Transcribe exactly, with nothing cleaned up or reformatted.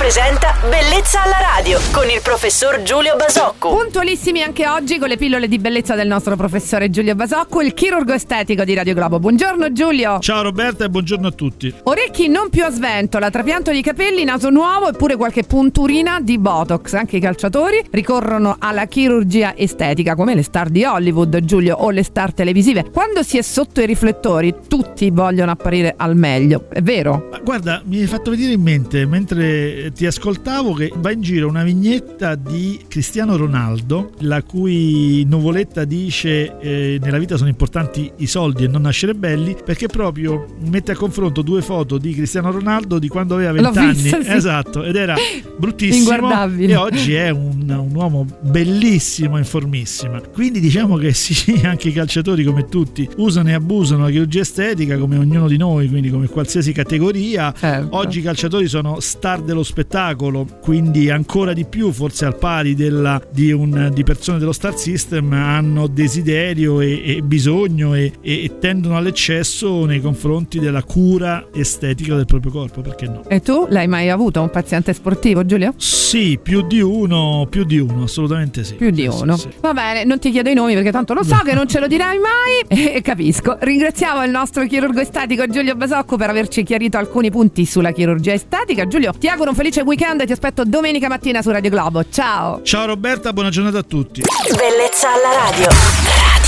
presenta Bellezza alla radio con il professor Giulio Basocco. Puntualissimi anche oggi con le pillole di bellezza del nostro professore Giulio Basocco, il chirurgo estetico di Radio Globo. Buongiorno Giulio. Ciao Roberta e buongiorno a tutti. Orecchi non più a sventola, trapianto di capelli, naso nuovo e pure qualche punturina di Botox. Anche i calciatori ricorrono alla chirurgia estetica, come le star di Hollywood, Giulio, o le star televisive. Quando si è sotto i riflettori tutti vogliono apparire al meglio, è vero? Ma guarda, mi hai fatto venire in mente mentre ti ascoltavo che va in giro una vignetta di Cristiano Ronaldo, la cui nuvoletta dice eh, nella vita sono importanti i soldi e non nascere belli, perché proprio mette a confronto due foto di Cristiano Ronaldo di quando aveva venti anni, sì. Esatto, ed era bruttissimo, inguardabile, e oggi è un, un uomo bellissimo e informissimo. Quindi diciamo che sì, anche i calciatori come tutti usano e abusano la chirurgia estetica come ognuno di noi, quindi come qualsiasi categoria. Certo. Oggi i calciatori sono star dello spettacolo, quindi ancora di più, forse al pari della, di, un, di persone dello star system, hanno desiderio e, e bisogno e, e tendono all'eccesso nei confronti della cura estetica del proprio corpo, perché no? E tu l'hai mai avuto un paziente sportivo, Giulio? Sì, più di uno, più di uno, assolutamente sì. Più di sì, uno. Sì, sì. Va bene, non ti chiedo i nomi perché tanto lo so che non ce lo dirai mai e capisco. Ringraziamo il nostro chirurgo estetico Giulio Basocco per averci chiarito alcuni punti sulla chirurgia estetica. Giulio, ti auguro un felice weekend e ti aspetto domenica mattina su Radio Globo. Ciao. Ciao Roberta, buona giornata a tutti. Bellezza alla radio.